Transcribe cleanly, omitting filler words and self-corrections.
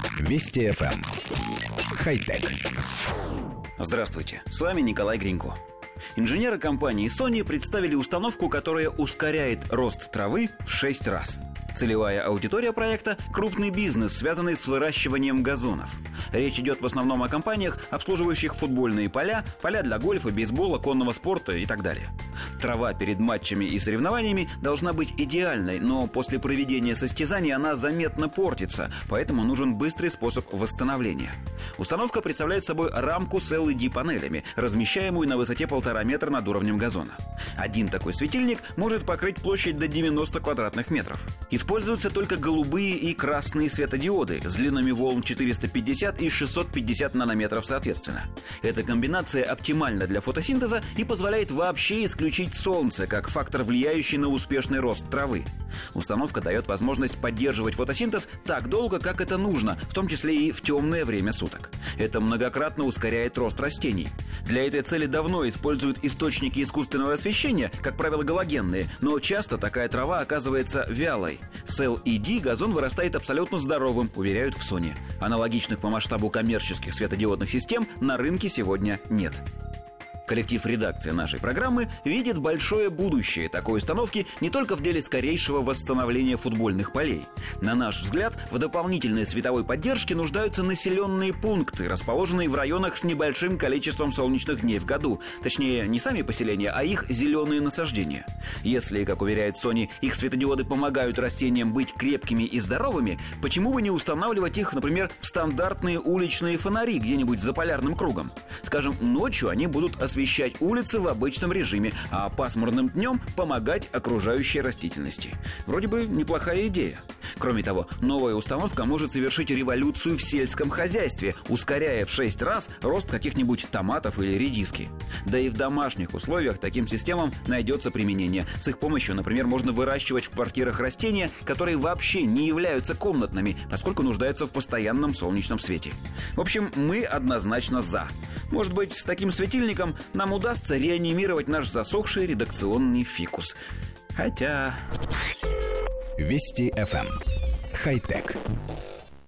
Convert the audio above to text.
Вести ФМ. Хай-тек. Здравствуйте, с вами Николай Гринько. Инженеры компании Sony представили установку, которая ускоряет рост травы в 6 раз. Целевая аудитория проекта – крупный бизнес, связанный с выращиванием газонов. Речь идет в основном о компаниях, обслуживающих футбольные поля, поля для гольфа, бейсбола, конного спорта и так далее. Трава перед матчами и соревнованиями должна быть идеальной, но после проведения состязаний она заметно портится, поэтому нужен быстрый способ восстановления. Установка представляет собой рамку с LED-панелями, размещаемую на высоте 1,5 метра над уровнем газона. Один такой светильник может покрыть площадь до 90 квадратных метров. Используются только голубые и красные светодиоды с длинами волн 450 и 650 нанометров соответственно. Эта комбинация оптимальна для фотосинтеза и позволяет вообще исключить солнце как фактор, влияющий на успешный рост травы. Установка дает возможность поддерживать фотосинтез так долго, как это нужно, в том числе и в темное время суток. Это многократно ускоряет рост растений. Для этой цели давно используют источники искусственного освещения, как правило галогенные, но часто такая трава оказывается вялой. С LED газон вырастает абсолютно здоровым, уверяют в Sony. Аналогичных по масштабу коммерческих светодиодных систем на рынке сегодня нет. Коллектив редакции нашей программы видит большое будущее такой установки не только в деле скорейшего восстановления футбольных полей. На наш взгляд, в дополнительной световой поддержке нуждаются населенные пункты, расположенные в районах с небольшим количеством солнечных дней в году. Точнее, не сами поселения, а их зеленые насаждения. Если, как уверяет Sony, их светодиоды помогают растениям быть крепкими и здоровыми, почему бы не устанавливать их, например, в стандартные уличные фонари где-нибудь за полярным кругом? Скажем, ночью они будут освещать улицы в обычном режиме, а пасмурным днем помогать окружающей растительности. Вроде бы неплохая идея. Кроме того, новая установка может совершить революцию в сельском хозяйстве, ускоряя в 6 раз рост каких-нибудь томатов или редиски. Да и в домашних условиях таким системам найдется применение. С их помощью, например, можно выращивать в квартирах растения, которые вообще не являются комнатными, поскольку нуждаются в постоянном солнечном свете. В общем, мы однозначно за. Может быть, с таким светильником нам удастся реанимировать наш засохший редакционный фикус. Хотя... Вести ФМ. Хай-тек.